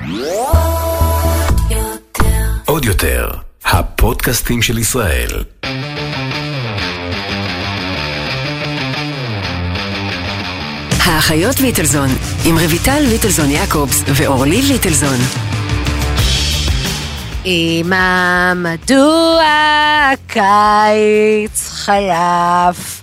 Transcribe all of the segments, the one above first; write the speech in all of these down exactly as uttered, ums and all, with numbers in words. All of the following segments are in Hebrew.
עוד יותר, הפודקאסטים של ישראל. האחיות ליטלזון, עם רויטל ליטלזון יעקובס ואורלי ליטלזון. אמא, מדוע הקיץ חלף?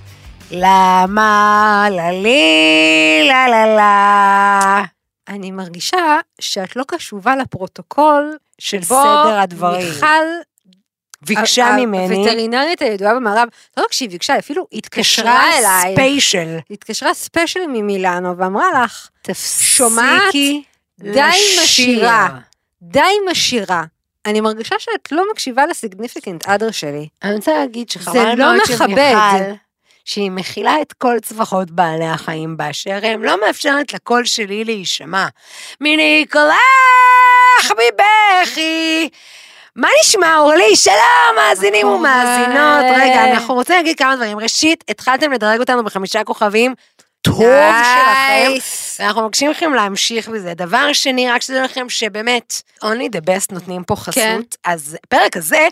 למה? ללי, לה לה לה. אני מרגישה שאת לא קשובה לפרוטוקול של סדר הדברים. מיכל ביקשה ממני. הווטרינרית הידועה במערב, לא רק שהיא ביקשה, אפילו התקשרה אליי. ספיישל. התקשרה ספיישל ממילאנו, ואמרה לך, תפסיקי די משירה. די משירה. אני מרגישה שאת לא מקשיבה לסיגניפיקנט אדר שלי. אני רוצה להגיד שחבל מאוד של מיכל, שהיא מכילה את כל צווחות בעלי החיים באשר הם, לא מאפשרת לקול שלי להישמע. מיני קולך מבכי. מה נשמע, אורלי? שלום, מאזינים ומאזינות. רגע, אנחנו רוצים להגיד כמה דברים. ראשית, התחלתם לדרג אותנו בחמישה כוכבים, טוב שלכם, ואנחנו מבקשים לכם להמשיך בזה. דבר שני, רק שתדעו לכם שבאמת, only the best נותנים פה חסות, אז פרק הזה,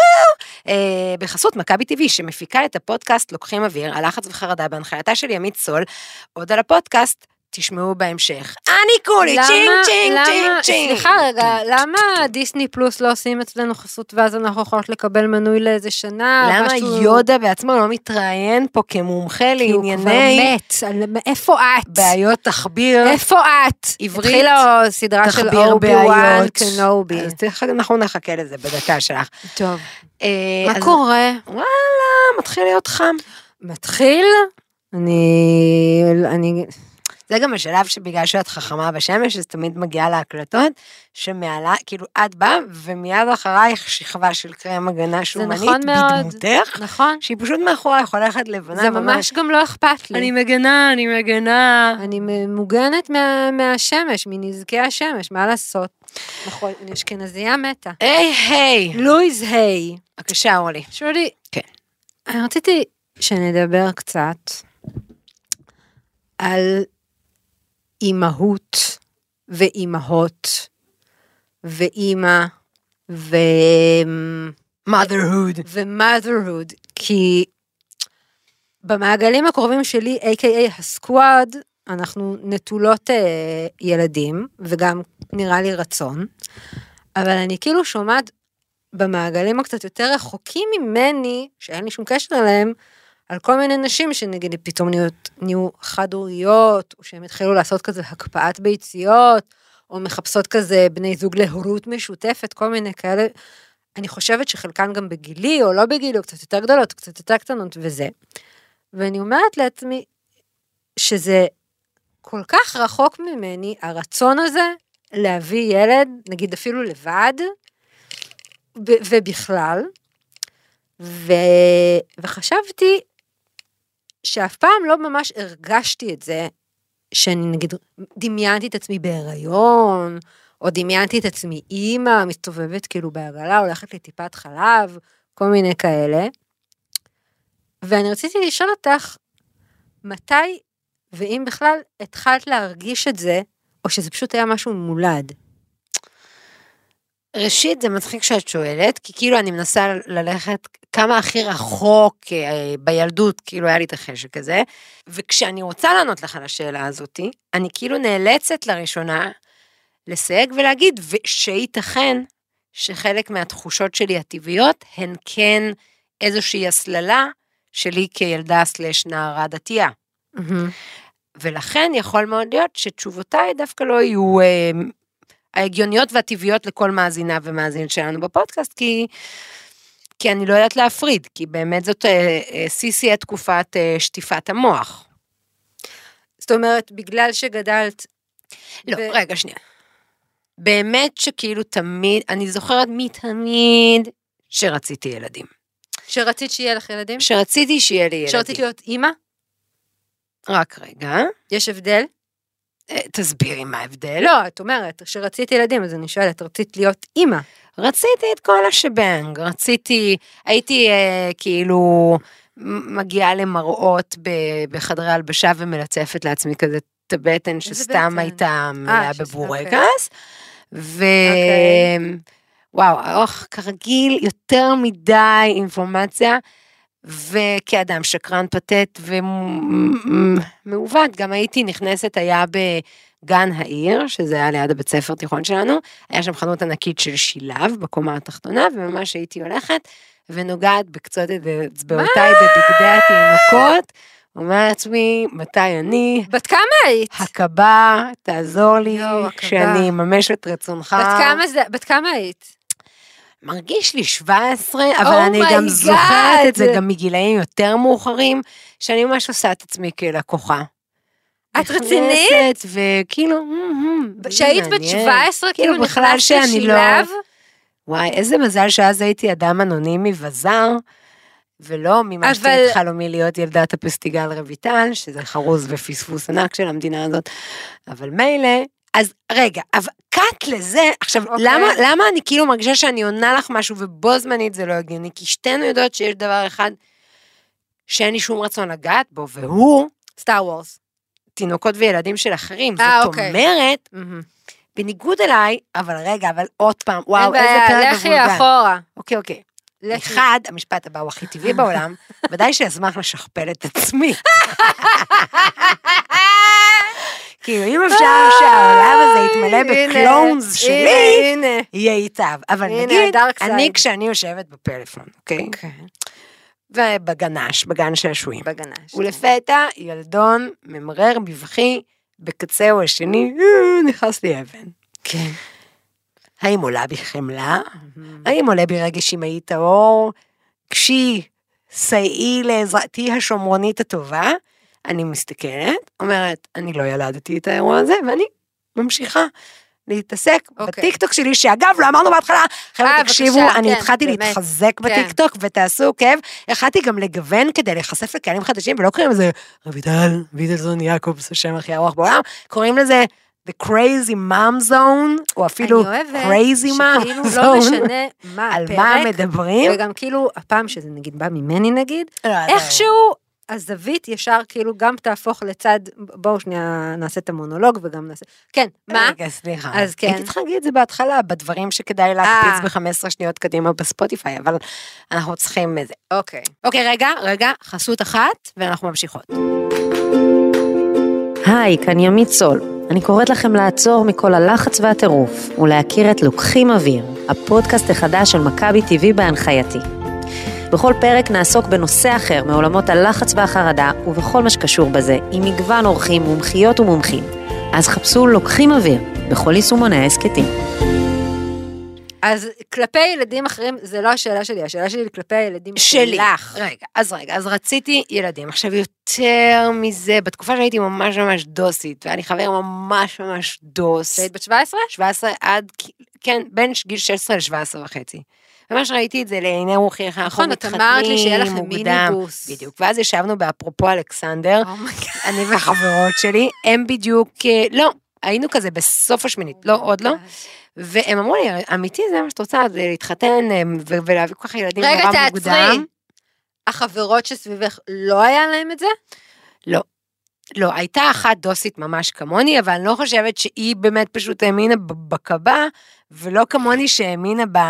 בחסות מכבי טבעי, שמפיקה את הפודקאסט לוקחים אוויר, הלחץ וחרדה בהנחייתה של ימית סול, עוד על הפודקאסט, תשמעו בהמשך. אני כולי, צ'ינג, צ'ינג, צ'ינג, צ'ינג. סליחה רגע, למה דיסני פלוס לא עושים אצלנו חסות, ואז אנחנו יכולות לקבל מנוי לאיזה שנה? למה יודה בעצמו לא מתראיין פה כמומחה לענייני... כי הוא כבר מת, איפה את? בעיות תחביר. איפה את? עברית. התחילה סדרה של אובי וואן קנובי. אז אנחנו נחכה לזה בדקה שלך. טוב. מה קורה? וואלה, מתחיל להיות חם. מתחיל? אני... אני... זה גם השלב שבגלל שאת חכמה בשמש, אז תמיד מגיעה להקלטות, שמעלה, כאילו את באה, ומיד אחרייך שכבה של קרם הגנה שומנית, נכון בדמותך, נכון. שהיא פשוט מאחורייך הולכת לבנה. זה ממש גם לא אכפת לי. אני מגנה, אני מגנה. אני מוגנת מה, מהשמש, מנזקי השמש, מה לעשות? נכון, אני אשכנזייה מתה. היי, היי. לואיז היי. בבקשה, אורלי. שולי. כן. אני רציתי שנדבר קצת על אימהות ואימהות ואימא ו... motherhood. ו-motherhood, כי במעגלים הקרובים שלי, איי קיי איי הסקואד, אנחנו נטולות אה, ילדים, וגם נראה לי רצון, אבל אני כאילו שומעת במעגלים הקצת יותר רחוקים ממני, שאין לי שום קשר אליהם, על כל מיני נשים שנגיד פתאום נהיו, נהיו חד-הוריות, או שהם התחילו לעשות כזה הקפאת ביציות, או מחפשות כזה בני זוג להורות משותפת, כל מיני כאלה. אני חושבת שחלקן גם בגילי, או לא בגילי, או קצת יותר גדולות, קצת יותר קטנות וזה. ואני אומרת לעצמי, שזה כל כך רחוק ממני, הרצון הזה להביא ילד, נגיד אפילו לבד, ובכלל, ו... וחשבתי שאף פעם לא ממש הרגשתי את זה, שאני נגיד דמיינתי את עצמי בהיריון, או דמיינתי את עצמי אימא, מסתובבת כאילו בעגלה, הולכת לטיפת חלב, כל מיני כאלה. ואני רציתי לשאול אותך, מתי, ואם בכלל התחלת להרגיש את זה, או שזה פשוט היה משהו מולד? ראשית, זה מצחיק שאת שואלת, כי כאילו אני מנסה ללכת כמה הכי רחוק בילדות, כאילו היה לי את החשק הזה, וכשאני רוצה לענות לך על השאלה הזאת, אני כאילו נאלצת לראשונה לסייג ולהגיד שייתכן שחלק מהתחושות שלי הטבעיות הן כן איזושהי הסללה שלי כילדה סלש נערה דתייה. ולכן יכול מאוד להיות שתשובותיי דווקא לא יהיו ההגיוניות והטבעיות לכל מאזינה ומאזין שלנו בפודקאסט, כי, כי אני לא יודעת להפריד, כי באמת זאת סיסי תקופת שטיפת המוח. זאת אומרת, בגלל שגדלת... לא, ו... רגע, שנייה. באמת שכאילו תמיד, אני זוכרת מתמיד שרציתי ילדים. שרצית שיהיה לך ילדים? שרציתי שיהיה לי ילדים. שרצית להיות אימא? רק רגע. יש הבדל? תסבירי מה ההבדל. לא, את אומרת, שרצית ילדים, אז אני שואלת, רצית להיות אימא? רציתי את כל השבנג, רציתי, הייתי אה, כאילו מגיעה למראות בחדרי הלבשה ומלצפת לעצמי כזה את הבטן שסתם הייתה מלאה בבורקס, ו... וואו, אוח, כרגיל, יותר מדי אינפורמציה, וכאדם שקרן פתט ומעוות, גם הייתי נכנסת, היה בגן העיר, שזה היה ליד הבית ספר תיכון שלנו, היה שם חנות ענקית של שילב, בקומה התחתונה, וממש הייתי הולכת, ונוגעת בקצות את אצבעותיי בבגדי התינוקות, אומר לעצמי, מתי אני? בת כמה היית? הקבה, תעזור לי, שאני אממש את רצונך. בת כמה זה, בת כמה היית? מרגיש לי שבע עשרה, אבל אני גם זוכרת את זה גם מגילאים יותר מאוחרים, שאני ממש עושה את עצמי כלקוחה. את רצינית? וכאילו, שהיית בת שבע עשרה, כאילו בכלל שאני לא... וואי, איזה מזל שאז הייתי אדם אנונימי וזר, ולא מימשתי את חלומי להיות ילדת הפסטיגל רויטל, שזה חרוז ופספוס ענק של המדינה הזאת, אבל מילא, אז רגע, אבל קאט לזה, עכשיו, למה, למה אני כאילו מרגישה שאני עונה לך משהו, ובו זמנית זה לא הגיוני, כי שתינו יודעות שיש דבר אחד, שאין לי שום רצון לגעת בו, והוא, סטאר וורס, תינוקות וילדים של אחרים, זאת אומרת, בניגוד אליי, אבל רגע, אבל עוד פעם, וואו, איזה פרק מבולגן. לכי אחורה. אוקיי, אוקיי. אחד, המשפט הבא הוא הכי טבעי בעולם, ודאי שאשמח לשכפל את עצמי. כאילו, אם אפשר שהעולם הזה יתמלא בקלונס שלי, יהיה איתב. אבל נגיד, אני כשאני יושבת בפלאפון, אוקיי? ובגנש, בגן שעשועים. בגנש. ולפתע, ילדון ממרר מבכי, בקצהו השני, נכנס לי אבן. כן. האם עולה בי חמלה? האם עולה בי רגש אמאי טהור? כשהיא סייעי לעזרתי השומרונית הטובה, אני מסתכלת, אומרת, אני לא ילדתי את האירוע הזה, ואני ממשיכה להתעסק בטיקטוק שלי, שאגב, לא אמרנו בהתחלה, חבר'ה תקשיבו, אני התחלתי להתחזק בטיקטוק, ותעשו כאב, החלטתי גם לגוון כדי להיחשף לקהלים חדשים, ולא קוראים לזה, רויטל, ויטלזון יעקובס, השם הכי ארוך בעולם, קוראים לזה, The Crazy Mom Zone, או אפילו Crazy Mom Zone, לא משנה מה על מה מדברים, וגם כאילו, הפעם שזה נגיד בא ממני נגיד, איכשהו הזווית ישר כאילו גם תהפוך לצד, בואו שנייה נעשה את המונולוג וגם נעשה, כן, מה? רגע, סליחה. אז כן. הייתי צריכה להגיד את זה בהתחלה, בדברים שכדאי להקפיץ ב-חמש עשרה שניות קדימה בספוטיפיי, אבל אנחנו צריכים את זה. אוקיי. אוקיי, רגע, רגע, חסות אחת, ואנחנו ממשיכות. היי, כאן ימית סול. אני קוראת לכם לעצור מכל הלחץ והטירוף, ולהכיר את לוקחים אוויר, הפודקאסט החדש של מכבי טבעי בהנחייתי. בכל פרק נעסוק בנושא אחר מעולמות הלחץ והחרדה, ובכל מה שקשור בזה, עם מגוון אורחים, מומחיות ומומחים. אז חפשו לוקחים אוויר, בכל יישומוני העסקתים. אז כלפי ילדים אחרים, זה לא השאלה שלי, השאלה שלי כלפי הילדים שלי. שלך. רגע, אז רגע, אז רציתי ילדים. עכשיו יותר מזה, בתקופה שהייתי ממש ממש דוסית, ואני חבר ממש ממש דוס. שהיית בת שבע עשרה? שבע עשרה עד, כן, בין גיל שש עשרה ל-שבע עשרה וחצי. ממש ראיתי את זה לעיני רוחי, איך אנחנו מתחתנים, נכון, את אמרת לי שיהיה לכם מיניבוס. בדיוק, ואז ישבנו באפרופו אלכסנדר, אני והחברות שלי, הם בדיוק, לא, היינו כזה בסוף השמינית, לא, עוד לא, והם אמרו לי, אמיתי זה מה שאת רוצה, להתחתן ולהביא כל כך ילדים נורא מוקדם. רגע, תעצרי, החברות שסביבך לא היה להם את זה? לא. לא, הייתה אחת דוסית ממש כמוני, אבל אני לא חושבת שהיא באמת פשוט האמינה בקבה, ולא כמוני שהאמינה ב...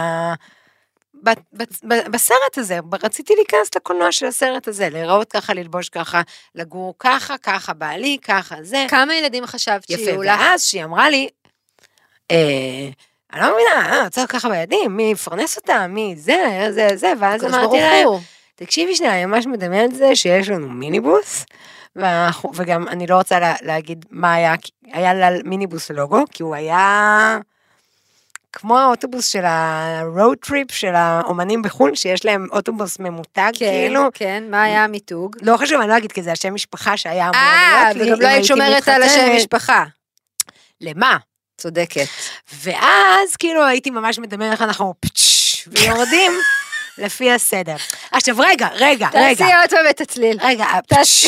בסרט הזה, רציתי להיכנס לקולנוע של הסרט הזה, להיראות ככה, ללבוש ככה, לגור ככה, ככה, בעלי, ככה, זה. כמה ילדים חשבת שיהיו לך? יפה, ואז שהיא אמרה לי, אני לא מבינה, אני רוצה ככה בילדים, מי יפרנס אותה, מי זה, זה, זה, ואז אמרתי להם, תקשיבי שנייה, אני ממש מדמיין את זה שיש לנו מיניבוס, וגם אני לא רוצה להגיד מה היה, היה למיניבוס לוגו, כי הוא היה... כמו האוטובוס של הרוד טריפ של האומנים בחול, שיש להם אוטובוס ממותג, כאילו. כן, מה היה המיתוג? לא חשוב, אני לא אגיד, כי זה השם משפחה שהיה אמור להיות לי. אה, וגם לא היית שומרת על השם משפחה. למה? צודקת. ואז, כאילו, הייתי ממש מדמיין איך אנחנו פצ'ש, ויורדים לפי הסדר. עכשיו, רגע, רגע, רגע. תעשי עוד פעם את הצליל. רגע, פצ'ש.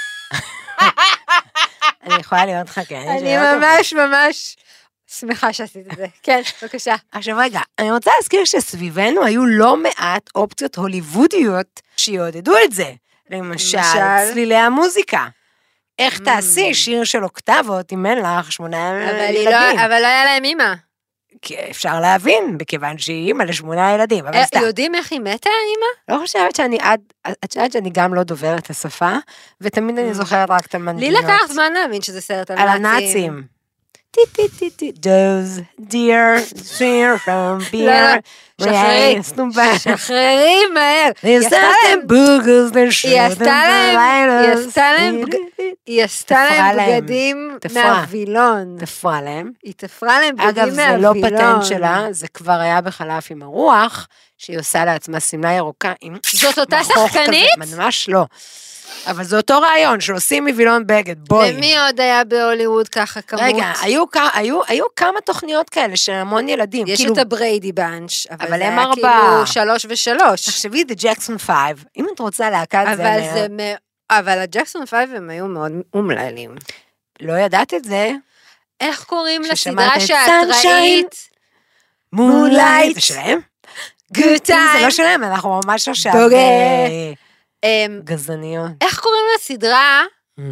אני יכולה להיות לך, כן. אני ממש ממש... שמחה שעשית את זה. כן, בבקשה. עכשיו רגע, אני רוצה להזכיר שסביבנו היו לא מעט אופציות הוליוודיות שיעודדו את זה. למשל, צלילי המוזיקה. איך תעשי שיר של אוקטבות אם אין לך שמונה ילדים? אבל לא היה להם אימא. כי אפשר להבין, מכיוון שהיא אימא לשמונה ילדים, אבל סתם. יודעים איך היא מתה, אימא? לא חושבת שאני עד, את חושבת שאני גם לא דוברת את השפה, ותמיד אני זוכרת רק את המנגינות. לי לקח זמן להבין שזה סרט על על נאצים. הנאצים. טי טי טי טי, those dear, dear from beer. לא, לא, שחררי, שחררי. שחררי מהר. היא עשתה להם בוגוס לשוט. היא עשתה להם, היא עשתה להם, היא עשתה תפרה להם להם. בגדים תפרה. מהווילון. תפרה להם. היא תפרה להם בגדים אגב, מהווילון. זה לא פטנט שלה, זה כבר היה בחלף עם הרוח, שהיא עושה לעצמה סמלה ירוקה עם... זאת אותה מכוך שחקנית? כזה, ממש לא. אבל זה אותו רעיון, שעושים מווילון בגד, בואי. למי עוד היה בהוליווד ככה כמות? רגע, היו, היו, היו כמה תוכניות כאלה של המון ילדים. יש כאילו, את הבריידי בנץ', אבל, אבל זה הם היה ארבע. כאילו שלוש ושלוש. תחשבי, The Jackson Five, אם את רוצה להקת אבל זמר, זה, מ- אבל הג'קסון פייב הם היו מאוד אומללים. לא ידעת את זה, איך קוראים ששמעת לסדרה את שאת Sunshine? ראית? מונלייט, זה שלהם? Good זה לא time. שלהם, אנחנו ממש עכשיו בוגר. אה, אמ, גזעניות. איך קוראים לסדרה?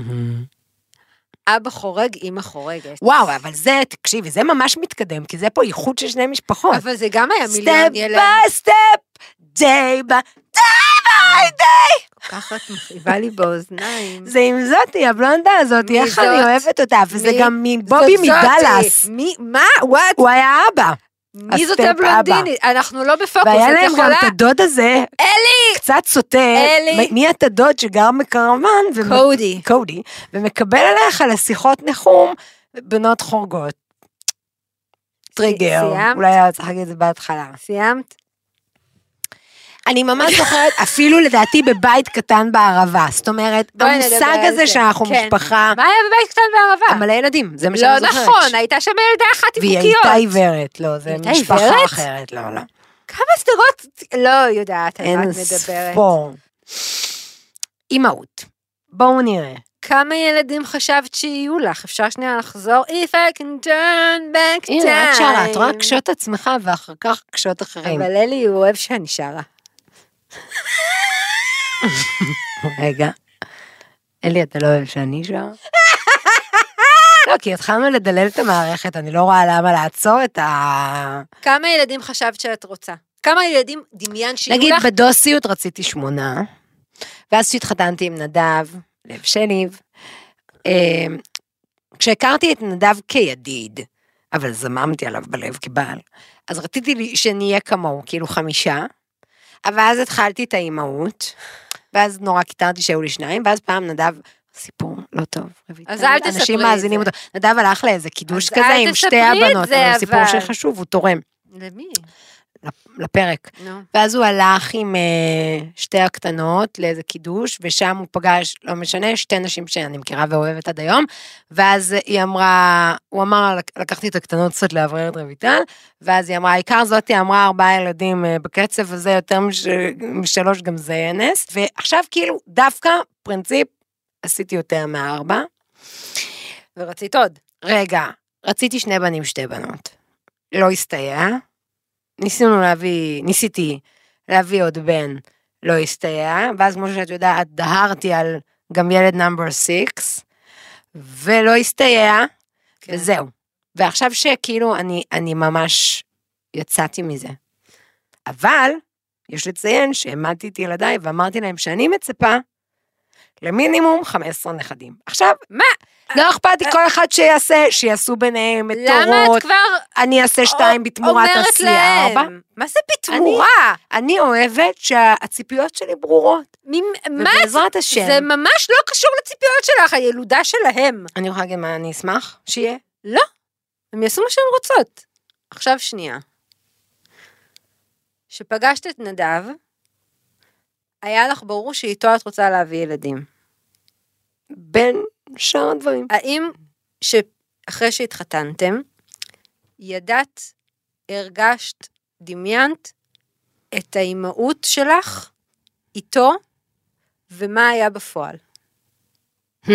אבא חורג, אמא חורגת. וואו, אבל זה, תקשיבי, זה ממש מתקדם, כי זה פה איחוד של שני משפחות. אבל זה גם היה מיליון סטפ ילד. ביי סטפ, דיי ביי, דיי ביי דיי. ככה את מכאיבה לי באוזניים. זה עם זאתי, הבלונדה הזאת, מי איך אני זאת? אוהבת אותה, וזה מי? גם מבובי זאת זאתי. מדלס. מי? מה? וואט? הוא היה אבא. מי זאת הסטפ הבלונדינית? אנחנו לא בפוקוס, והיה את להם גם יכולה... את הדוד הזה, אלי! קצת סוטה, אלי. מ- מי את הדוד שגר מקרוון, ומ- קודי. קודי, ומקבל עליך לשיחות נחום, בנות חורגות. טריגר, סיימת? אולי היה צריך להגיד את זה בהתחלה. סיימת? אני ממש זוכרת, אפילו לדעתי בבית קטן בערבה, זאת אומרת, בואי נדבר המושג על הזה זה. שאנחנו כן. משפחה, מה היה בבית קטן בערבה? מלא ילדים, זה מה לא שאני זוכרת. נכון, הייתה שם ילדה אחת עם והיא קוקיות. הייתה עיוורת, לא, זה הייתה משפחה עיוורת? אחרת, לא, לא. כמה סדרות? לא יודעת על מה אין את מדברת. ספור. אימהות, בואו נראה. כמה ילדים חשבת שיהיו לך? אפשר שנייה לחזור? If I can turn back time. הנה, את שרה, את רואה קשות עצמך, ואחר כך קשות אחרים. אבל אלי הוא אוהב שאני שרה. רגע. אלי, אתה לא אוהב שאני שר? לא, כי התחלנו לדלל את המערכת, אני לא רואה למה לעצור את ה... כמה ילדים חשבת שאת רוצה? כמה ילדים דמיין שיהיו נגיד, לך? בדוסיות רציתי שמונה, ואז שהתחתנתי עם נדב, לב שליב, אה, כשהכרתי את נדב כידיד, אבל זממתי עליו בלב כבעל, אז רציתי לי שנהיה כמוהו, כאילו חמישה, אבל אז התחלתי את האימהות, ואז נורא קיטרתי שהיו לי שניים, ואז פעם נדב, סיפור לא טוב. אז אל תספרי אנשים את מאזינים זה. אותו. נדב הלך לאיזה קידוש אז כזה אל עם שתי תספרי את הבנות, זה, אבל הוא סיפור אבל. שחשוב, הוא תורם למי? לפרק. נו. ואז הוא הלך עם uh, שתי הקטנות לאיזה קידוש, ושם הוא פגש, לא משנה, שתי נשים שאני מכירה ואוהבת עד היום, ואז היא אמרה, הוא אמר, לקחתי את הקטנות קצת לאוורר את רויטל, ואז היא אמרה, העיקר זאתי אמרה ארבעה ילדים uh, בקצב הזה, יותר מש, משלוש גם זה ינס, ועכשיו כאילו דווקא פרינציפ, עשיתי יותר מארבע. ורצית עוד. רגע, רציתי שני בנים, שתי בנות. לא הסתייע. ניסינו להביא, ניסיתי להביא עוד בן, לא הסתייע, ואז כמו שאת יודעת, דהרתי על גם ילד נאמבר סיקס, ולא הסתייע, כן. וזהו. ועכשיו שכאילו אני, אני ממש יצאתי מזה. אבל, יש לציין שהעמדתי את ילדיי, ואמרתי להם שאני מצפה, למינימום חמש עשרה נכדים. עכשיו, מה? לא אכפת לי כל אחד שיעשה, שיעשו ביניהם את תורות. למה את כבר אני אעשה שתיים בתמורת אומרת עשייה ארבע. להם? מה זה בתמורה? אני אוהבת שהציפיות שלי ברורות. מ- מה? ובעזרת השם. זה ממש לא קשור לציפיות שלך, הילודה שלהם. אני יכולה להגיד מה אני אשמח שיהיה. לא, הם יעשו מה שהן רוצות. עכשיו שנייה. שפגשת את נדב, היה לך ברור שאיתו את רוצה להביא ילדים. בין שאר הדברים. האם שאחרי שהתחתנתם, ידעת, הרגשת, דמיינת את האימהות שלך איתו, ומה היה בפועל? Hmm.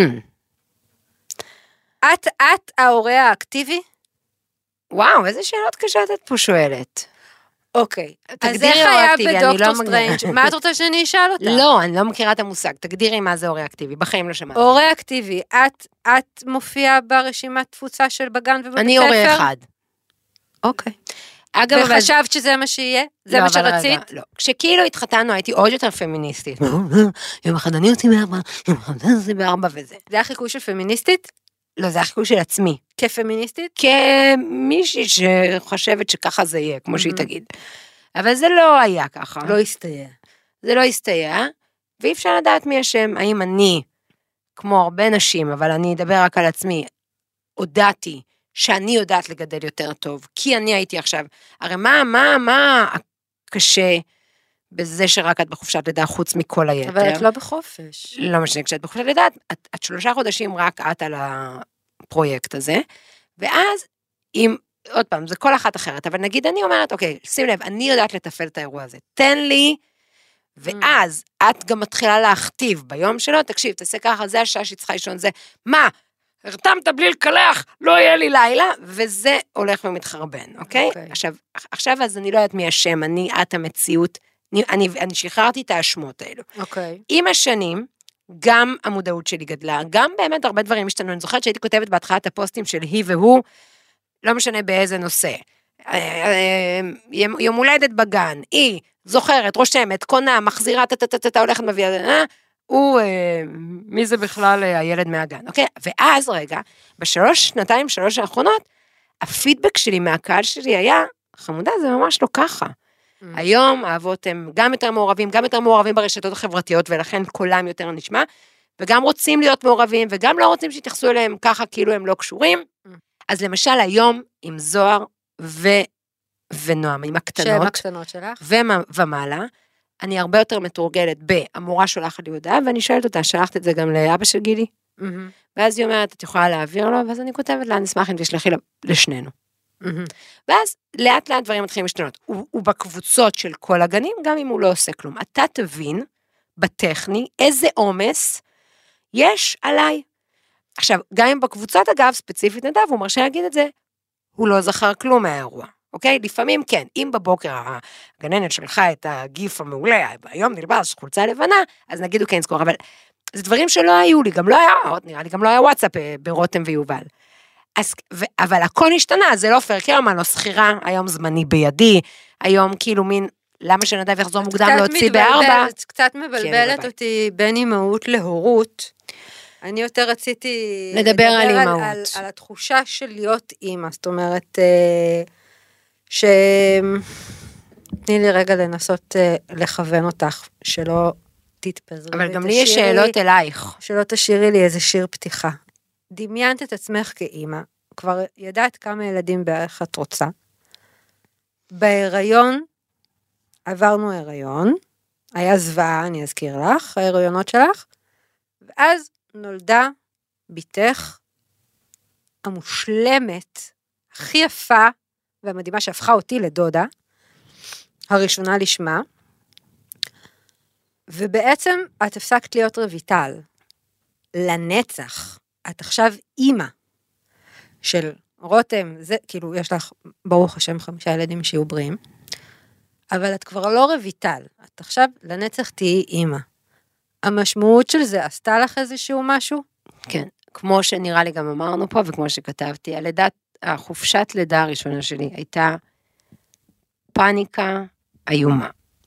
את, את ההורה האקטיבי? וואו, איזה שאלות קשות את פה שואלת. אוקיי. אז תגדירי איך הורה היה אקטיבי, אני לא בדוקטור מגדירה. סטרנג'? מה את רוצה שאני אשאל אותך? לא, אני לא מכירה את המושג. תגדירי מה זה הורה אקטיבי. בחיים לא שמעתי. הורה אקטיבי, את, את מופיעה ברשימת תפוצה של בגן ובבית ספר? אני הורה אחד. אוקיי. אגב, אבל... וחשבת שזה מה שיהיה? זה מה שרצית? לא. כשכאילו התחתנו הייתי עוד יותר פמיניסטית. יום אחד אני יוצאים בארבע, יום אחד אני יוצאים בארבע וזה. זה היה חיקוי של פמיניסטית? לא, זה היה חיקוי של עצמי. כפמיניסטית? כמישהי שחושבת שככה זה יהיה, כמו שהיא תגיד. אבל זה לא היה ככה. לא הסתייע. זה לא הסתייע, ואי אפשר לדעת מי השם, האם אני, כמו הרבה נשים, אבל אני אדבר רק על עצמי, הודעתי שאני יודעת לגדל יותר טוב, כי אני הייתי עכשיו, הרי מה, מה, מה קשה בזה שרק את בחופשת לידה חוץ מכל היתר? אבל את לא בחופש. לא משנה, כשאת בחופשת לידה, את, את שלושה חודשים רק את על הפרויקט הזה, ואז אם, עוד פעם, זה כל אחת אחרת, אבל נגיד אני אומרת, אוקיי, שים לב, אני יודעת לטפל את האירוע הזה, תן לי, ואז את גם מתחילה להכתיב ביום שלו, תקשיב, תעשה ככה, זה השעה שצריכה לישון, זה, מה? הרתמת בלי לקלח, לא יהיה לי לילה, וזה הולך ומתחרבן, אוקיי? Okay. עכשיו, עכשיו אז אני לא יודעת מי השם, אני, את המציאות, אני, אני, אני שחררתי את האשמות האלו. אוקיי. Okay. עם השנים, גם המודעות שלי גדלה, גם באמת הרבה דברים השתנו, אני זוכרת שהייתי כותבת בהתחלת הפוסטים של היא והוא, לא משנה באיזה נושא, יום הולדת בגן, היא זוכרת, רושמת, קונה, מחזירה, אתה הולכת מביאה, הוא, מי זה בכלל הילד מהגן, אוקיי? ואז רגע, בשלוש, שנתיים, שלוש האחרונות, הפידבק שלי מהקהל שלי היה, חמודה, זה ממש לא ככה. היום האבות הם גם יותר מעורבים, גם יותר מעורבים ברשתות החברתיות, ולכן קולם יותר נשמע, וגם רוצים להיות מעורבים, וגם לא רוצים שיתייחסו אליהם ככה, כאילו הם לא קשורים. אז למשל היום, עם זוהר ו... ונועם, עם הקטנות, שהם הקטנות שלך, ומעלה, אני הרבה יותר מתורגלת בהמורה שולחת לי הודעה, ואני שואלת אותה, שלחת את זה גם לאבא של גילי? Mm-hmm. ואז היא אומרת, את יכולה להעביר לו, ואז אני כותבת לה, אני אשמח אם תשלחי לשנינו. Mm-hmm. ואז לאט לאט דברים מתחילים להשתנות. הוא, הוא בקבוצות של כל הגנים, גם אם הוא לא עושה כלום. אתה תבין, בטכני, איזה עומס יש עליי. עכשיו, גם אם בקבוצות, אגב, ספציפית נדב, הוא מרשה להגיד את זה, הוא לא זכר כלום מהאירוע. אוקיי? לפעמים כן, אם בבוקר הגננת שלחה את הגיף המעולה, היום נלבש חולצה לבנה, אז נגיד הוא כן זכור, אבל זה דברים שלא היו לי, גם לא היה, נראה לי, גם לא היה וואטסאפ ברותם ויובל. אז, ו, אבל הכל השתנה, זה לא פייר, קרמן, לא סחירה, היום זמני בידי, היום כאילו מין, למה שנדב יחזור מוקדם להוציא בארבע? את קצת מבלבלת אותי בין אימהות להורות, אני יותר רציתי לדבר על אימהות. על, על התחושה של להיות אימא, זאת אומרת, ש... תני לי רגע לנסות לכוון אותך, שלא תתפזרי. אבל גם לי יש שאלות אלייך. שלא תשאירי לי איזה שיר פתיחה. דמיינת את עצמך כאימא, כבר ידעת כמה ילדים בערך את רוצה. בהיריון, עברנו הריון, היה זוועה, אני אזכיר לך, ההיריונות שלך, ואז נולדה ביתך המושלמת, הכי יפה, והמדהימה שהפכה אותי לדודה, הראשונה לשמה, ובעצם את הפסקת להיות רויטל, לנצח, את עכשיו אימא של רותם, זה כאילו יש לך ברוך השם חמישה ילדים שיהיו בריאים, אבל את כבר לא רויטל, את עכשיו לנצח תהיי אימא. המשמעות של זה עשתה לך איזשהו משהו? כן, כמו שנראה לי גם אמרנו פה, וכמו שכתבתי, הלידת, החופשת לידה הראשונה שלי הייתה פאניקה איומה.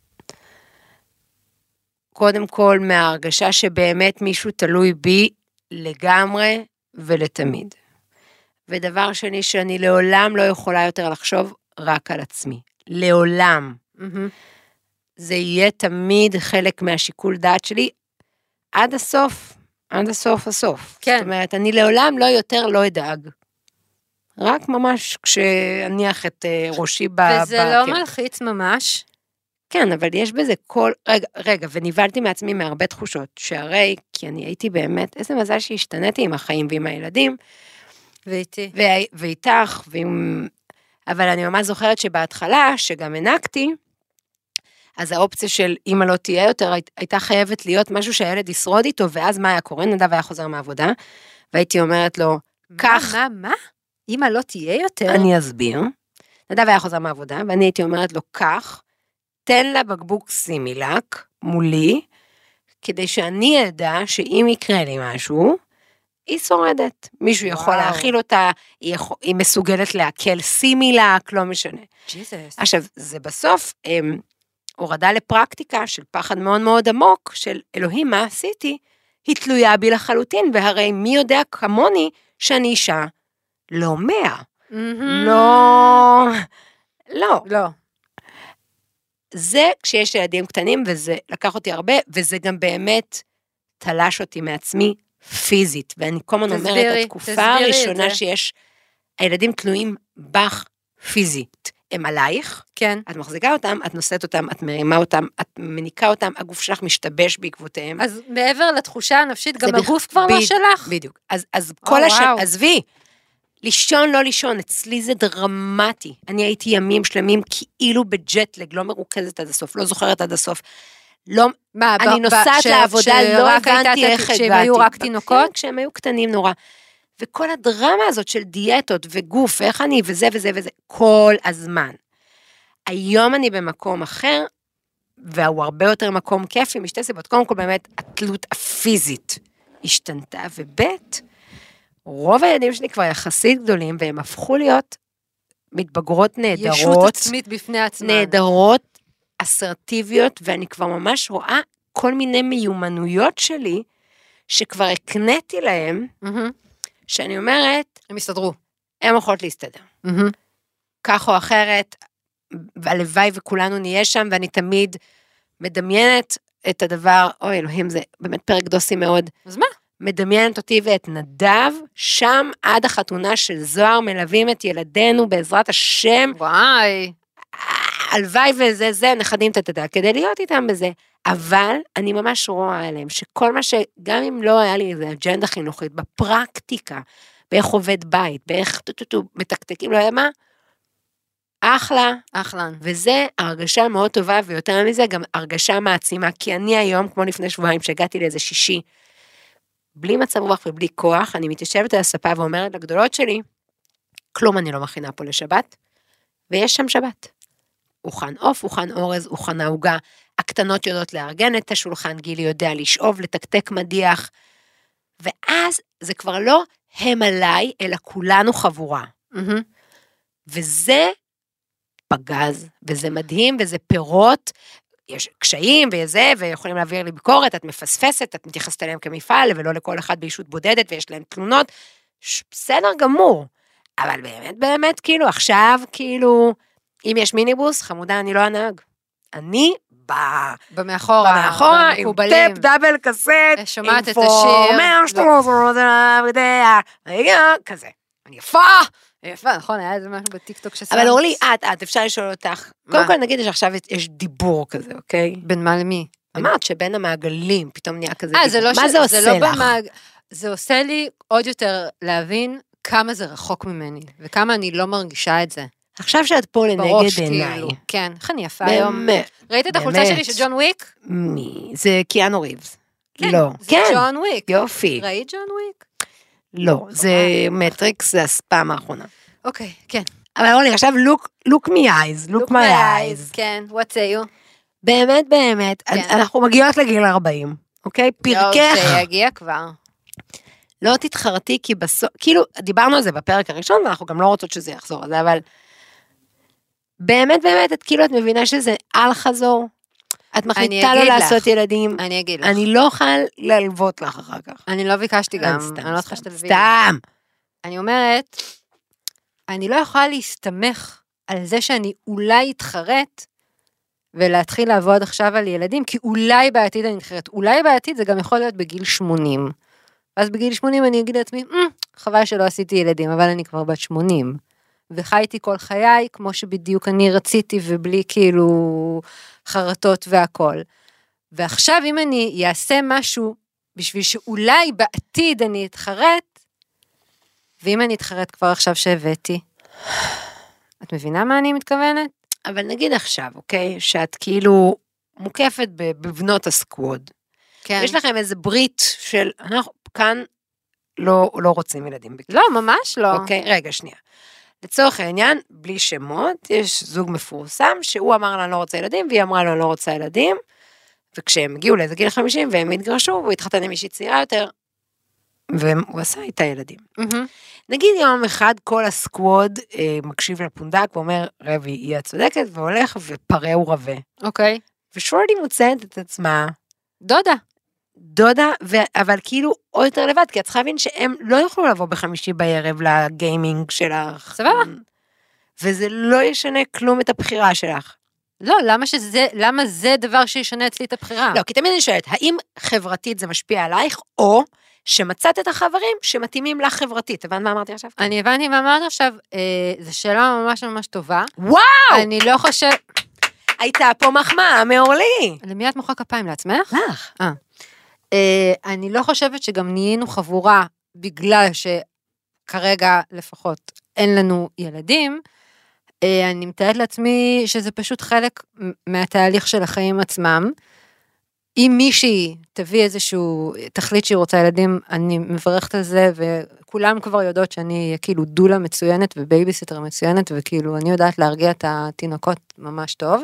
קודם כל מההרגשה שבאמת מישהו תלוי בי לגמרי ולתמיד. ודבר שני שאני לעולם לא יכולה יותר לחשוב רק על עצמי. לעולם. Mm-hmm. זה יהיה תמיד חלק מהשיקול דעת שלי, עד הסוף, עד הסוף הסוף. כן. זאת אומרת, אני לעולם לא יותר לא אדאג. רק ממש כשאניח את ראשי ב... וזה ב- לא כן. מלחיץ ממש? כן, אבל יש בזה כל... רגע, רגע, וניבלתי מעצמי מהרבה תחושות, שהרי, כי אני הייתי באמת, איזה מזל שהשתניתי עם החיים ועם הילדים. ואיתי. ו- ואיתך, ועם... אבל אני ממש זוכרת שבהתחלה, שגם הנקתי, אז האופציה של אמא לא תהיה יותר, הייתה חייבת להיות משהו שהילד ישרוד איתו, ואז מה היה קורה? נדב היה חוזר מהעבודה, והייתי אומרת לו, כך... מה, מה? אמא לא תהיה יותר? אני אסביר. נדב היה חוזר מהעבודה, ואני הייתי אומרת לו, כך, תן לה בקבוק סימילק מולי, כדי שאני אדע שאם יקרה לי משהו, היא שורדת. מישהו יכול להאכיל אותה, היא, יכול, היא מסוגלת להקל סימילק, לא משנה. ג'יזוס. עכשיו, זה בסוף הם, הורדה לפרקטיקה של פחד מאוד מאוד עמוק, של אלוהים, מה עשיתי? היא תלויה בי לחלוטין, והרי מי יודע כמוני שאני אישה לא מאה. לא, לא. לא. זה כשיש ילדים קטנים, וזה לקח אותי הרבה, וזה גם באמת תלש אותי מעצמי פיזית, ואני כל הזמן אומרת, התקופה הראשונה שיש, הילדים תלויים בך פיזית, הם עלייך, כן. את מחזיקה אותם, את נושאת אותם, את מרימה אותם, את מניקה אותם, הגוף שלך משתבש בעקבותיהם. אז מעבר לתחושה הנפשית, גם הגוף כבר לא שלך. בדיוק. אז, אז כל השם, עזבי, לישון, לא לישון, אצלי זה דרמטי. אני הייתי ימים שלמים כאילו בג'טלג, לא מרוכזת עד הסוף, לא זוכרת עד הסוף. לא, מה, אני נוסעת לעבודה, לא הבנתי איך הגעתי. כשהם היו רק תינוקות? כשהם היו קטנים נורא. וכל הדרמה הזאת של דיאטות וגוף, איך אני וזה וזה וזה, כל הזמן. היום אני במקום אחר, והוא הרבה יותר מקום כיפי, משתי סיבות. קודם כל באמת, התלות הפיזית השתנתה, ובית, רוב הילדים שלי כבר יחסית גדולים, והם הפכו להיות מתבגרות נהדרות. ישות עצמית בפני עצמן. נהדרות, אסרטיביות, ואני כבר ממש רואה כל מיני מיומנויות שלי, שכבר הקניתי להם, שאני אומרת, הם יסתדרו. הם יכולות להסתדר. כך או אחרת, והלוואי וכולנו נהיה שם, ואני תמיד מדמיינת את הדבר, אוי אלוהים, זה באמת פרק דוסי מאוד. אז מה? מדמיינת אותי ואת נדב, שם עד החתונה של זוהר, מלווים את ילדינו בעזרת השם. וואי. הלוואי וזה, זה, נכדים את התדע, כדי להיות איתם בזה. אבל אני ממש רואה עליהם, שכל מה שגם אם לא היה לי איזה אג'נדה חינוכית, בפרקטיקה, באיך עובד בית, באיך טוטוטו מתקתקים, לא יודע מה, אחלה. אחלה. וזה הרגשה מאוד טובה, ויותר מזה גם הרגשה מעצימה, כי אני היום, כמו לפני שבועיים, שהגעתי לאיזה שישי, בלי מצב רוח ובלי כוח, אני מתיישבת על הספה ואומרת לגדולות שלי, כלום אני לא מכינה פה לשבת, ויש שם שבת. הוכן אוף, הוכן אורז, הוכן העוגה, הקטנות יודעות לארגן את השולחן, גילי יודע לשאוב, לתקתק מדיח, ואז זה כבר לא הם עליי, אלא כולנו חבורה. Mm-hmm. וזה פגז, וזה מדהים, וזה פירות, יש קשיים וזה, ויכולים להעביר לי ביקורת, את מפספסת, את מתייחסת אליהם כמפעל, ולא לכל אחד בישות בודדת, ויש להם תלונות, בסדר גמור, אבל באמת, באמת, כאילו, עכשיו, כאילו, אם יש מיניבוס, חמודה, אני לא הנהג. אני ב... במאחורה, במאחורה, עם טאפ דאבל קסט, שומעת את השיר. כזה, אני יפה. יפה, נכון, היה איזה משהו בטיקטוק ששמת. אבל אורלי, את, את, אפשר לשאול אותך, קודם כל נגיד שעכשיו יש דיבור כזה, אוקיי? בין מה למי? אמרת שבין המעגלים פתאום נהיה כזה דיבור. מה זה עושה לך? זה עושה לי עוד יותר להבין כמה זה רחוק ממני, וכמה אני לא מרגישה את זה. עכשיו שאת פה לנגד עיניי. כן, איך אני יפה היום? ראית את החולצה שלי של ג'ון וויק? מי? זה קיאנו ריבס. כן, לא. זה ג'ון וויק. יופי. ראית ג'ון וויק? לא, זה מטריקס, זה הספעם האחרונה. אוקיי, כן. אבל אורלי, עכשיו look me eyes, look my eyes. כן, what say you? באמת, באמת, אנחנו מגיעות לגיל ארבעים, אוקיי? פרקך. לא, שיגיע כבר. לא תתחרתי, כי בסוף, כאילו, דיברנו על זה בפרק הראשון, ואנחנו גם לא רוצות שזה יחזור על זה, אבל באמת, באמת, את כאילו, את מבינה שזה על חזור, את מחליטה לא לעשות ילדים. אני אגיד לך. אני לא אוכל ללוות לך אחר כך. אני לא ביקשתי גם, אני לא צריכה שתלווי. סתם. אני אומרת, אני לא יכולה להסתמך על זה שאני אולי אתחרט, ולהתחיל לעבוד עכשיו על ילדים, כי אולי בעתיד אני אתחרט. אולי בעתיד זה גם יכול להיות בגיל שמונים. ואז בגיל שמונים אני אגיד לעצמי, חבל שלא עשיתי ילדים, אבל אני כבר בת שמונים. וחייתי כל חיי, כמו שבדיוק אני רציתי, ובלי כאילו חרטות והכל. ועכשיו אם אני אעשה משהו, בשביל שאולי בעתיד אני אתחרט, ואם אני אתחרט כבר עכשיו שהבאתי, את מבינה מה אני מתכוונת? אבל נגיד עכשיו, אוקיי, שאת כאילו מוקפת בבנות הסקווד. כן. יש לכם איזה ברית של, אנחנו כאן לא, לא רוצים ילדים. לא, ממש לא. אוקיי, רגע, שנייה. לצורך העניין, בלי שמות, יש זוג מפורסם, שהוא אמר לה, אני לא רוצה ילדים, והיא אמרה לו, אני לא רוצה ילדים, וכשהם הגיעו לאיזה גיל חמישים, והם התגרשו, והוא התחתן עם מישהי צעירה יותר, והוא עשה איתה ילדים. נגיד יום אחד כל הסקווד אה, מקשיב לפונדק ואומר, רבי, היא הצודקת, והולך ופרה הוא רבה. אוקיי. ושורדי מוצאת את עצמה, דודה. דודה, ו... אבל כאילו עוד יותר לבד, כי את צריכה להבין שהם לא יוכלו לבוא בחמישי בערב לגיימינג שלך. סבבה. וזה לא ישנה כלום את הבחירה שלך. לא, למה שזה, למה זה דבר שישנה אצלי את הבחירה? לא, כי תמיד אני שואלת, האם חברתית זה משפיע עלייך, או שמצאת את החברים שמתאימים לך חברתית? הבנת מה אמרתי עכשיו? אני הבנתי מה אמרת עכשיו, אה, זו שאלה ממש ממש טובה. וואו! אני לא חושב... הייתה פה מחמאה מאורלי. למי את מוחא כפיים לעצמך? לך. אה. אה, אני לא חושבת שגם נהיינו חבורה, בגלל שכרגע לפחות אין לנו ילדים, אה, אני מתארת לעצמי שזה פשוט חלק מהתהליך של החיים עצמם. אם מישהי תביא איזשהו תכלית שהיא רוצה ילדים, אני מברכת על זה, וכולם כבר יודעות שאני כאילו דולה מצוינת ובייביסיטר מצוינת, וכאילו אני יודעת להרגיע את התינוקות ממש טוב.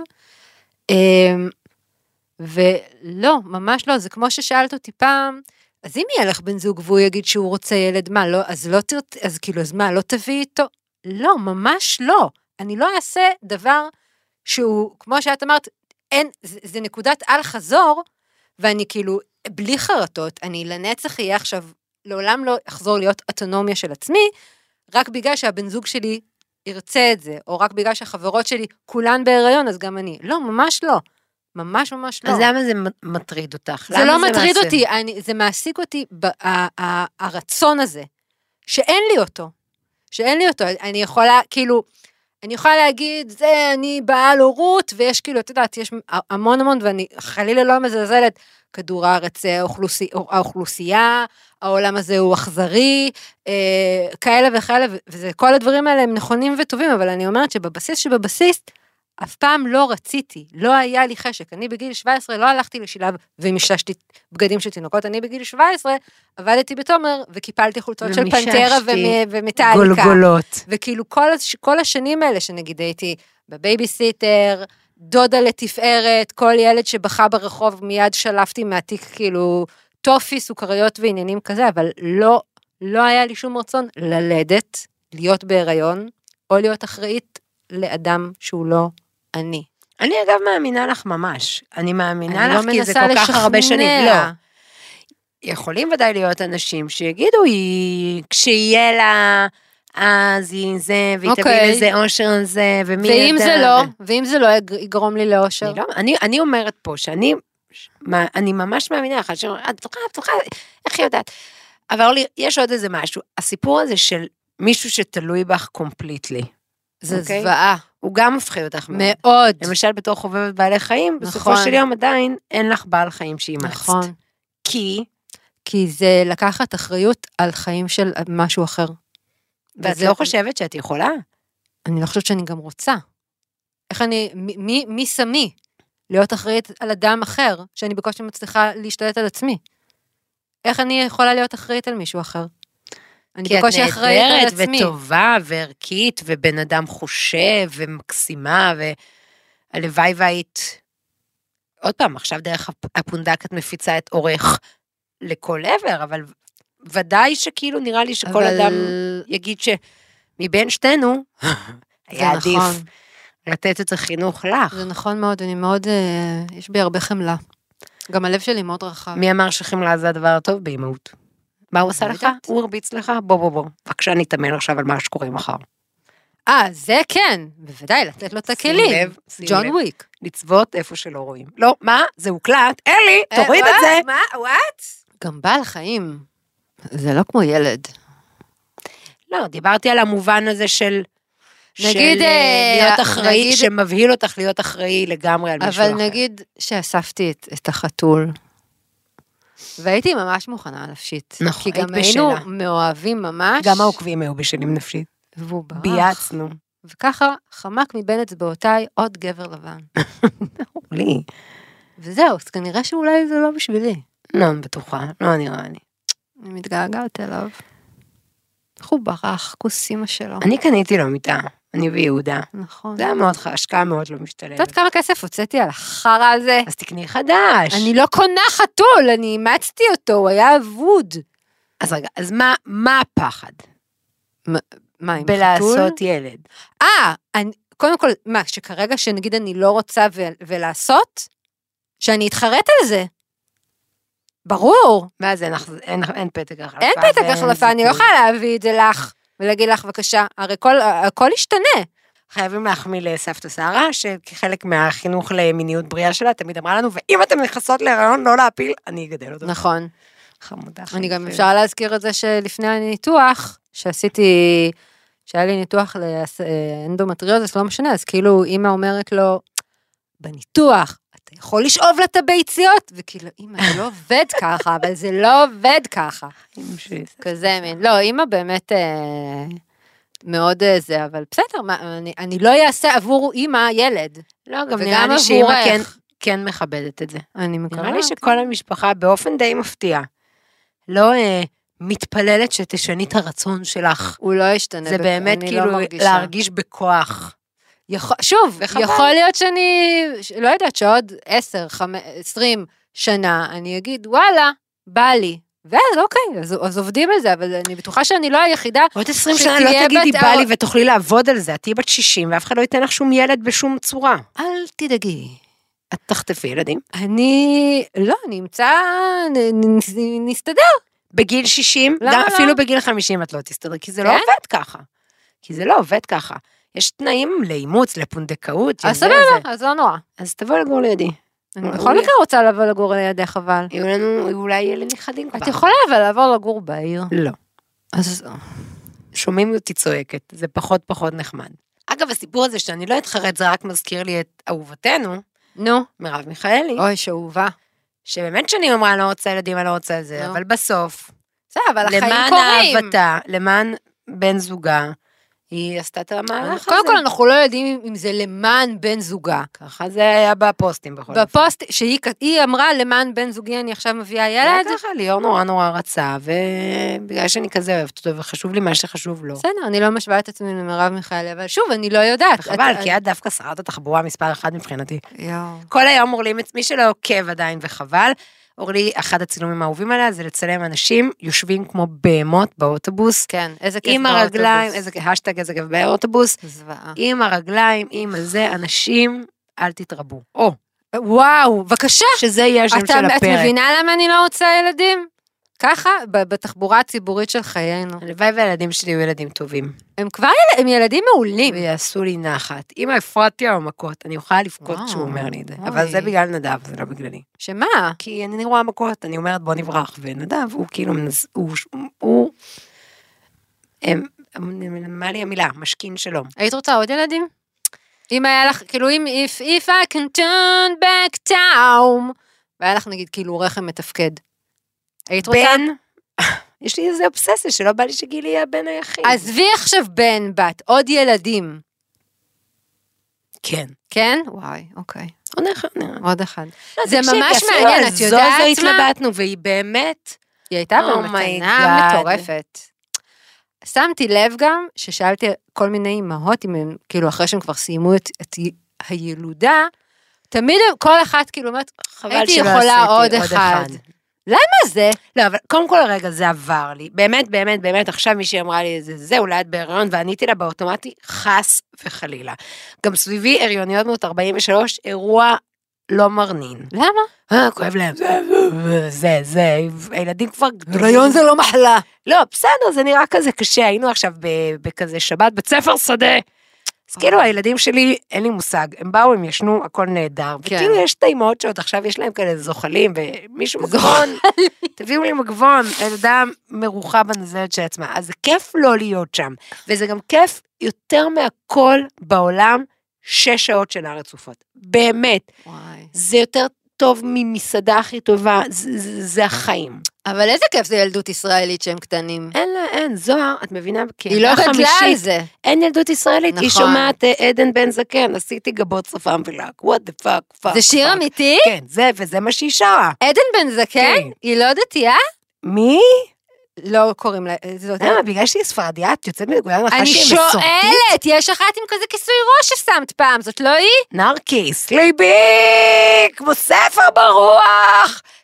ולא, ממש לא, זה כמו ששאלת אותי פעם, אז אם יהיה לך בן זוג והוא יגיד שהוא רוצה ילד, מה, לא, אז לא תרצה, אז כאילו, אז מה, לא תביא איתו? לא, ממש לא. אני לא אעשה דבר שהוא, כמו שאת אמרת, אין, זה, זה נקודת על חזור, ואני כאילו, בלי חרטות, אני לנצח יהיה עכשיו, לעולם לא אחזור להיות אוטונומיה של עצמי, רק בגלל שהבן זוג שלי ירצה את זה, או רק בגלל שהחברות שלי כולן בהיריון, אז גם אני. לא, ממש לא. ממש ממש לא. אז למה זה מטריד אותך? זה לא מטריד אותי, אני, זה מעסיק אותי, ב, ה, ה, הרצון הזה, שאין לי אותו. שאין לי אותו. אני יכולה, כאילו, אני יכולה להגיד, זה אני בעל הורות, ויש כאילו, את יודעת, יש המון המון, ואני חלילה לא מזלזלת, כדור הארץ, האוכלוסי, האוכלוסייה, העולם הזה הוא אכזרי, אה, כאלה וכאלה, וזה, כל הדברים האלה הם נכונים וטובים, אבל אני אומרת שבבסיס שבבסיס, אף פעם לא רציתי, לא היה לי חשק, אני בגיל שבע עשרה לא הלכתי לשילב, ומששתי בגדים של תינוקות, אני בגיל שבע עשרה עבדתי בתומר, וקיפלתי חולצות של פנטרה ומטאליקה. גולגולות. וכאילו כל, כל השנים האלה שנגיד הייתי בבייביסיטר, דודה לתפארת, כל ילד שבחה ברחוב מיד שלפתי מהתיק כאילו טופי, סוכריות ועניינים כזה, אבל לא, לא היה לי שום רצון ללדת, להיות בהיריון, או להיות אחראית לאדם שהוא לא אני. אני אגב מאמינה לך ממש. אני מאמינה לך לא כי זה כל כך הרבה שנים. לא. יכולים ודאי להיות אנשים שיגידו, היא, כשיהיה לה, אז היא זה, והיא תביא אוקיי. לזה אושר על זה, ומי ואם ידע. זה לא, ואם זה לא יגרום לי לאושר. אני, לא, אני, אני אומרת פה, שאני מה, אני ממש מאמינה לך, שאני אומרת, את בטוחה, את בטוחה, איך היא יודעת? אבל יש עוד איזה משהו, הסיפור הזה של מישהו שתלוי בך קומפליטלי. זה זוועה. הוא גם מפחיד אותך מאוד. מאוד. למשל, בתור חובבת בעלי חיים, בסופו של יום עדיין אין לך בעל חיים שאימצת. נכון. כי? כי זה לקחת אחריות על חיים של משהו אחר. ואת לא חושבת שאת יכולה? אני לא חושבת שאני גם רוצה. איך אני, מי, מי שמי? להיות אחראית על אדם אחר, שאני בקושי מצליחה להשתלט על עצמי. איך אני יכולה להיות אחראית על מישהו אחר? כי את נהדרת וטובה וערכית, ובן אדם חושב ומקסימה, והלוואי והיית, עוד פעם, עכשיו דרך הפונדק את מפיצה את אורך לכל עבר, אבל ודאי שכאילו נראה לי שכל אדם יגיד שמבין שתינו, היה עדיף לתת את החינוך לך. זה נכון מאוד, אני מאוד, יש בי הרבה חמלה. גם הלב שלי מאוד רחב. מי אמר שחמלה זה הדבר הטוב באימהות? מה הוא עושה לך? הוא הרביץ לך? בוא בוא בוא. בבקשה נתאמן עכשיו על מה שקורה מחר. אה, זה כן. בוודאי, לתת לו את הכלים. ג'ון וויק. לצוות איפה שלא רואים. לא, מה? זה הוקלט. אלי, תוריד את זה. מה? וואט? גם בעל חיים. זה לא כמו ילד. לא, דיברתי על המובן הזה של... נגיד... להיות אחראי, שמבהיל אותך להיות אחראי לגמרי על מישהו אחר. אבל נגיד שאספתי את החתול. והייתי ממש מוכנה נפשית. נכון, כי גם היינו מאוהבים ממש. גם העוקבים היו בשלים נפשית. והוא ברח. בייצנו. וככה חמק מבין אצבעותיי עוד גבר לבן. לי. וזהו, אז כנראה שאולי זה לא בשבילי. לא, בטוחה, לא נראה לי. אני מתגעגעת אליו. איך הוא ברח, כוסימה שלו. אני קניתי לו מיטה, אני ויהודה. נכון. זה היה מאוד, השקעה מאוד לא משתלמת. את יודעת כמה כסף הוצאתי על החרא הזה? אז תקני חדש. אני לא קונה חתול, אני אימצתי אותו, הוא היה אבוד. אז רגע, אז מה, מה הפחד? מה, עם חתול? בלעשות ילד. אה, אני, קודם כל, מה, שכרגע שנגיד אני לא רוצה ו, ולעשות, שאני אתחרט על זה. ברור. מה זה, אין, אין, אין פתק החלפה. אין פתק החלפה, אני לא יכולה להביא את זה לך, ולהגיד לך, בבקשה, הרי כל, הכל ישתנה. חייבים להחמיא לסבתא שרה, שכחלק מהחינוך למיניות בריאה שלה, תמיד אמרה לנו, ואם אתם נכנסות להיריון לא להפיל, אני אגדל אותו. נכון. חמודה. אני גם אפשר להזכיר את זה שלפני הניתוח, שעשיתי, שהיה לי ניתוח לאנדומטריוזיס, לא משנה, אז כאילו אמא אומרת לו, בניתוח, אתה יכול לשאוב לה את הביציות? וכאילו, אמא, זה לא עובד ככה, אבל זה לא עובד ככה. כזה מין. לא, אמא באמת מאוד זה, אבל בסדר, אני לא אעשה עבור אמא ילד. לא, גם נראה לי שאמא כן מכבדת את זה. אני מקווה. נראה לי שכל המשפחה באופן די מפתיע, לא מתפללת שתשני את הרצון שלך. הוא לא ישתנה. זה באמת כאילו להרגיש בכוח. שוב, יכול להיות שאני, לא יודעת, שעוד עשר, עשרים שנה, אני אגיד, וואלה, בא לי. ואז אוקיי, אז, אז עובדים על זה, אבל אני בטוחה שאני לא היחידה. עוד עשרים שנה לא תגידי בא לי ותוכלי לעבוד על זה, את תהיי בת שישים, ואף אחד לא ייתן לך שום ילד בשום צורה. אל תדאגי. את תחטפי ילדים? אני, לא, נמצא, נסתדר. בגיל שישים, אפילו בגיל חמישים את לא תסתדר, כי זה לא עובד ככה. כי זה לא עובד ככה. יש תנאים לאימוץ, לפונדקאות. אז סבבה, אז לא נורא. אז תבוא לגור לידי. אני בכל מקרה רוצה לבוא לגור לידך, אבל. יהיו לנו אולי ילד נכדים כבר. את יכולה אבל לעבור לגור בעיר. לא. אז שומעים אותי צועקת, זה פחות פחות נחמד. אגב, הסיפור הזה שאני לא אתחרט, זה רק מזכיר לי את אהובתנו, נו. מרב מיכאלי. אוי, שאהובה. שבאמת שנים אמרה, אני לא רוצה ילדים, אני לא רוצה את זה, אבל בסוף, זה, אבל החיים קורים. למען אהבתה, למען בן זוגה, היא עשתה את המהלך הזה. קודם כל, אנחנו לא יודעים אם זה למען בן זוגה. ככה זה היה בפוסטים בכל אופן. בפוסט, שהיא אמרה למען בן זוגי, אני עכשיו מביאה ילד. זה ככה, ליאור נורא נורא רצה, ובגלל שאני כזה אוהבת אותו, וחשוב לי מה שחשוב לו. בסדר, אני לא משווה את עצמי למרב מיכאלי, אבל שוב, אני לא יודעת. וחבל, כי את דווקא שרת התחבורה מספר אחד מבחינתי. כל היום אורלים, מי שלא עוקב עדיין וחבל, אורלי, אחד הצילומים האהובים עליה, זה לצלם אנשים יושבים כמו בהמות באוטובוס. כן, איזה כיף עם הרגליים, איזה השטג, איזה כיף באוטובוס. זוועה. עם הרגליים, עם הזה, אנשים, אל תתרבו. או. וואו, בבקשה. שזה יהיה השם של הפרק. את מבינה למה אני לא רוצה ילדים? ככה, בתחבורה הציבורית של חיינו. הלוואי והילדים שלי היו ילדים טובים. הם כבר הם ילדים מעולים. ויעשו לי נחת. אמא, הפרעתי על המכות, אני אוכל לבכות כשהוא אומר לי את זה. אבל זה בגלל נדב, זה לא בגללי. שמה? כי אני רואה מכות, אני אומרת בוא נברח, ונדב הוא כאילו, הוא, מה לי המילה, משכין שלום. היית רוצה עוד ילדים? אם היה לך, כאילו אם, if, if I can turn back time, והיה לך נגיד כאילו רחם מתפקד. היית רוצה? בן, יש לי איזה אובססיה שלא בא לי שגילי יהיה הבן היחיד. עזבי עכשיו בן, בת, עוד ילדים. כן. כן? וואי, אוקיי. עוד אחד. עוד אחד. זה ממש מעניין, את יודעת מה? זו התלבטנו, והיא באמת, היא הייתה במתנה מטורפת. שמתי לב גם, ששאלתי כל מיני אמהות, אם הם, כאילו אחרי שהם כבר סיימו את, את הילודה, תמיד כל אחת כאילו אומרת, הייתי יכולה עוד אחד. למה זה? לא, אבל קודם כל הרגע זה עבר לי. באמת, באמת, באמת, עכשיו מישהי אמרה לי, זה, זה אולי את בהריון, ועניתי לה באוטומטי, חס וחלילה. גם סביבי, הריוניות מאות ארבעים ושלוש, אירוע לא מרנין. למה? אה, כואב להם, זה, זה, זה, הילדים כבר גדולים. הריון זה לא מחלה. לא, בסדר, זה נראה כזה קשה, היינו עכשיו בכזה שבת, בית ספר שדה. אז כאילו הילדים שלי, אין לי מושג, הם באו, הם ישנו, הכל נהדר, וכאילו יש את האימהות שעוד עכשיו יש להם כאלה זוחלים, ומישהו מגבון, תביאו לי מגבון, ילדה מרוחה בנזלת של עצמה, אז זה כיף לא להיות שם, וזה גם כיף יותר מהכל בעולם, שש שעות שינה רצופות, באמת, זה יותר טוב ממסעדה הכי טובה, זה החיים. אבל איזה כיף זה ילדות ישראלית שהם קטנים. אין לה, אין, זוהר, את מבינה? היא לא גדלה על זה. אין ילדות ישראלית, היא שומעת עדן בן זקן, עשיתי גבות שפם ולק, what the fuck, fuck. זה שיר אמיתי? כן, זה, וזה מה שהיא שרה. עדן בן זקן? היא לא דתייה? מי? לא קוראים לה, זאת... למה, בגלל שהיא ספרדיה, את יוצאת מנקודה הנחה שהיא מסורתית? אני שואלת, יש אחת עם כזה כיסוי ראש ששמת פעם, זאת לא היא? נרקיס, ליבי, כמו ספר ברוח,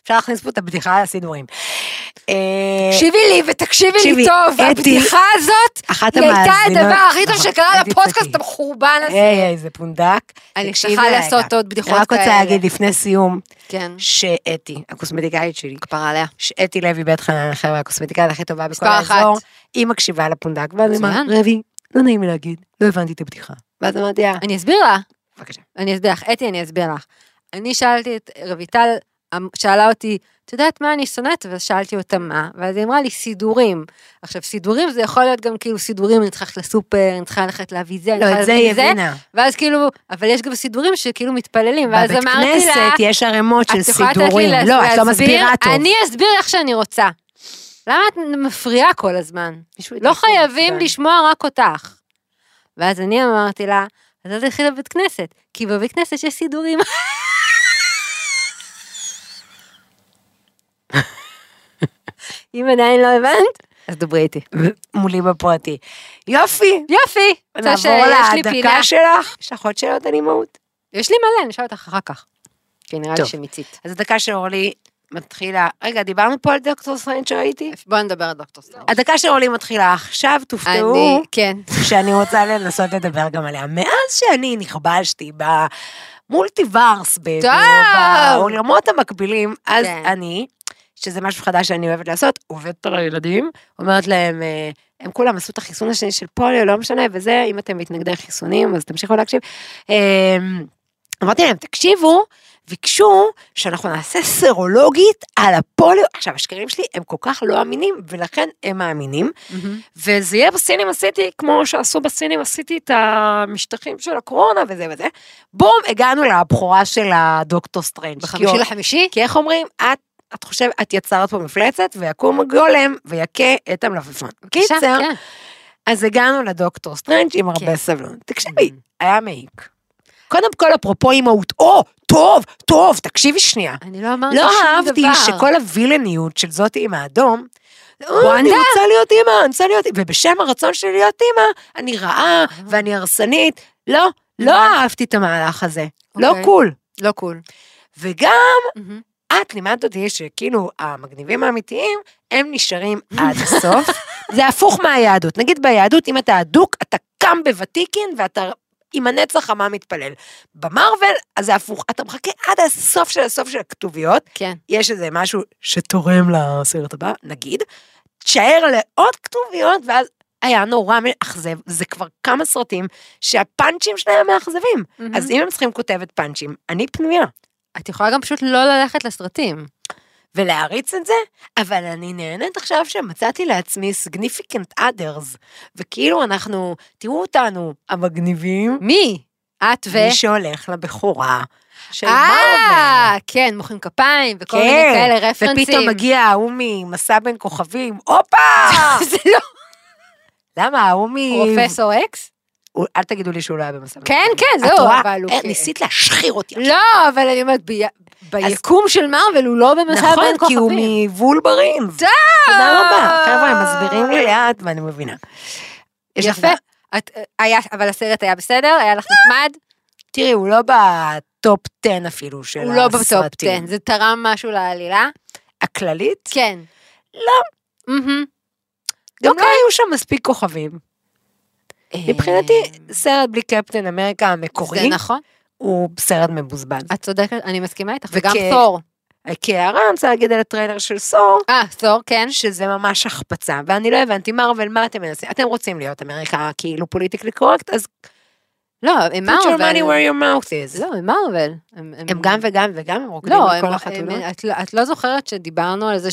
אפשר להכניס פה את הבדיחה על הסידורים. תקשיבי לי ותקשיבי לי טוב, הבדיחה הזאת, היא הייתה הדבר הכי טוב שקרה לפודקאסט המחורבן הזה. היי, איזה פונדק. אני צריכה לעשות עוד בדיחות כאלה. רק רוצה להגיד לפני סיום, כן. שאתי, הקוסמטיקאית שלי, כפרה עליה. שאתי לוי בית חנן, חבר'ה, הקוסמטיקאית הכי טובה בכל האזור, היא מקשיבה לפונדק, ואז אמרה, רבי, לא נעים לי להגיד, לא הבנתי את הבדיחה. ואז אמרתי, אני אסביר לה. בבקשה. אני אסביר לך, אתי, אני אסביר לך. אני שאלתי את רויטל, שאלה אותי, את יודעת מה אני שונאת? ושאלתי אותה מה, ואז היא אמרה לי, סידורים. עכשיו, סידורים זה יכול להיות גם כאילו סידורים, אני צריכה ללכת לסופר, אני צריכה ללכת להביא זה, לא, את זה היא הבינה. ואז כאילו, אבל יש גם סידורים שכאילו מתפללים, ואז אמרתי לה, בבית כנסת יש ערימות של סידורים. לא, את לא מסבירה טוב. אני אסביר איך שאני רוצה. למה את מפריעה כל הזמן? לא חייבים לשמוע רק אותך. ואז אני אמרתי לה, אז אל תלכי לבית כנסת, כי בבית כנסת יש סידורים. אם עדיין לא הבנת, אז דברי איתי. מולי בפרטי. יופי. יופי. נעבור לדקה שלך. יש לך עוד שאלות על אימהות? יש לי מלא, אני אשאל אותך אחר כך. כי נראה לי שמיצית. אז הדקה של אורלי מתחילה, רגע, דיברנו פה על דוקטור סטרנג' שראיתי? בוא נדבר על דוקטור סטרנג'. הדקה של אורלי מתחילה עכשיו, תופתעו, כן. שאני רוצה לנסות לדבר גם עליה. מאז שאני נכבשתי במולטיברס, בעולמות המקבילים, אז אני, שזה משהו חדש שאני אוהבת לעשות, עובדת על הילדים, אומרת להם, הם כולם עשו את החיסון השני של פוליו, לא משנה, וזה, אם אתם מתנגדי חיסונים, אז תמשיכו להקשיב. אמרתי להם, תקשיבו, ביקשו שאנחנו נעשה סרולוגית על הפוליו. עכשיו, השקרים שלי הם כל כך לא אמינים, ולכן הם מאמינים, וזה יהיה בסינמה סיטי, כמו שעשו בסינמה סיטי את המשטחים של הקורונה וזה וזה. בום, הגענו לבחורה של הדוקטור סטרנג'. בחמישי לחמישי? כי איך אומרים, את, את חושבת, את יצרת פה מפלצת, ויקום הגולם, ויקה את המלפפון. קיצר, אז הגענו לדוקטור סטרנג' עם הרבה סבלון. תקשיבי, היה מעיק. קודם כל, אפרופו אימהות, או, טוב, טוב, תקשיבי שנייה. אני לא אמרתי שום דבר. לא אהבתי שכל הווילניות של זאת עם האדום, אני רוצה להיות אימא, אני רוצה להיות אימא, ובשם הרצון שלי להיות אימא, אני רעה ואני הרסנית. לא, לא אהבתי את המהלך הזה. לא קול. לא קול. וגם, את לימדת אותי שכאילו המגניבים האמיתיים, הם נשארים עד הסוף. זה הפוך מהיהדות. נגיד ביהדות, אם אתה אדוק, אתה קם בוותיקין ואתה עם הנצח המה מתפלל. במרוול, אז זה הפוך, אתה מחכה עד הסוף של הסוף של הכתוביות, כן. יש איזה משהו שתורם לסרט הבא, נגיד, תשאר לעוד כתוביות, ואז היה נורא מאכזב, זה כבר כמה סרטים, שהפאנצ'ים שלהם מאכזבים, mm-hmm. אז אם הם צריכים כותבת פאנצ'ים, אני פנויה. את יכולה גם פשוט לא ללכת לסרטים. ולהריץ את זה, אבל אני נהנית עכשיו שמצאתי לעצמי significant others, וכאילו אנחנו, תראו אותנו, המגניבים. מי? את ו... מי שהולך לבחורה של מרוול. אה, כן, מוחאים כפיים, וכל מיני כאלה רפרנסים. ופתאום מגיע ההוא ממסע בין כוכבים, הופה! זה לא... למה, ההוא מ... פרופסור אקס? אל תגידו לי שהוא לא היה במסע בין כוכבים. כן, כן, זהו, אבל הוא... ניסית להשחיר אותי עכשיו. לא, אבל אני אומרת, ביקום של מרוול הוא לא במסע בין כוכבים. נכון, כי הוא מבולברין. טוב! תודה רבה. חבר'ה, הם מסבירים לי לאט, ואני מבינה. יפה. אבל הסרט היה בסדר? היה לך נחמד? תראי, הוא לא בטופ עשר אפילו של הסרטים. הוא לא בטופ עשר, זה תרם משהו לעלילה? הכללית? כן. לא. גם לא היו שם מספיק כוכבים. מבחינתי, סרט בלי קפטן אמריקה המקורי. זה נכון. הוא סרט מבוזבז. את צודקת, אני מסכימה איתך, וגם תור. כהערה, אני רוצה להגיד על הטריילר של סור. אה, סור, כן. שזה ממש החפצה, ואני לא הבנתי, מרוול, מה אתם מנסים? אתם רוצים להיות אמריקה כאילו פוליטיקלי קורקט, אז... לא, הם מרוול. put your money where your mouth is. לא, הם מרוול. הם גם וגם וגם, הם רוקדים בכל החתונות. את לא זוכרת שדיברנו על זה,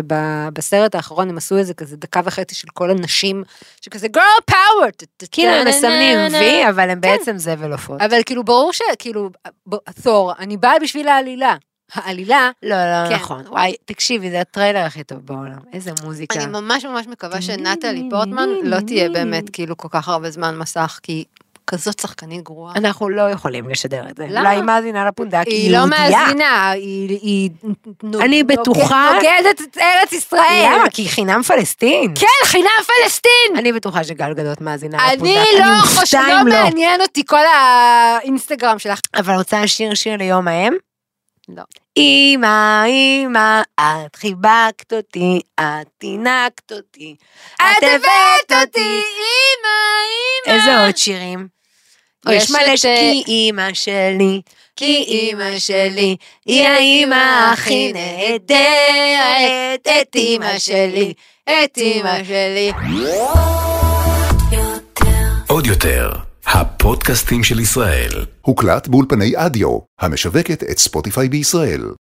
שבסרט האחרון הם עשו איזה כזה דקה וחצי של כל הנשים, שכזה girl power. כאילו הם מסמנים וי, אבל הם בעצם זה ולופות. אבל כאילו ברור שכאילו, תור, אני באה בשביל העלילה. העלילה. לא, לא, נכון. וואי, תקשיבי, זה הטריילר הכי טוב בעולם. איזה מוזיקה. אני ממש ממש מקווה שנטלי פורטמן לא תהיה באמת כאילו כל כך הרבה זמן מסך, כי כזאת שחקנית גרועה. אנחנו לא יכולים לשדר את זה. למה? אולי היא מאזינה לפונדק, היא לא מאזינה, היא אני בטוחה... נוגדת את ארץ ישראל. למה? כי היא חינם פלסטין. כן, חינם פלסטין. אני בטוחה שגל גדות מאזינה לפונדק. אני לא חושבת, לא מעניין אותי כל האינסטגרם שלך. אבל רוצה לשיר שיר ליום ההם? לא. אמא, אמא, את חיבקת אותי, את תינקת אותי, את הבאת אותי. אמא, אמא. איזה עוד שירים? יש מלא כי אמא שלי, כי אמא שלי, היא האמא הכי נהדרת, את אמא שלי, את אמא שלי. עוד יותר, הפודקאסטים של ישראל. הוקלט באולפני אדיו, המשווקת את ספוטיפיי בישראל.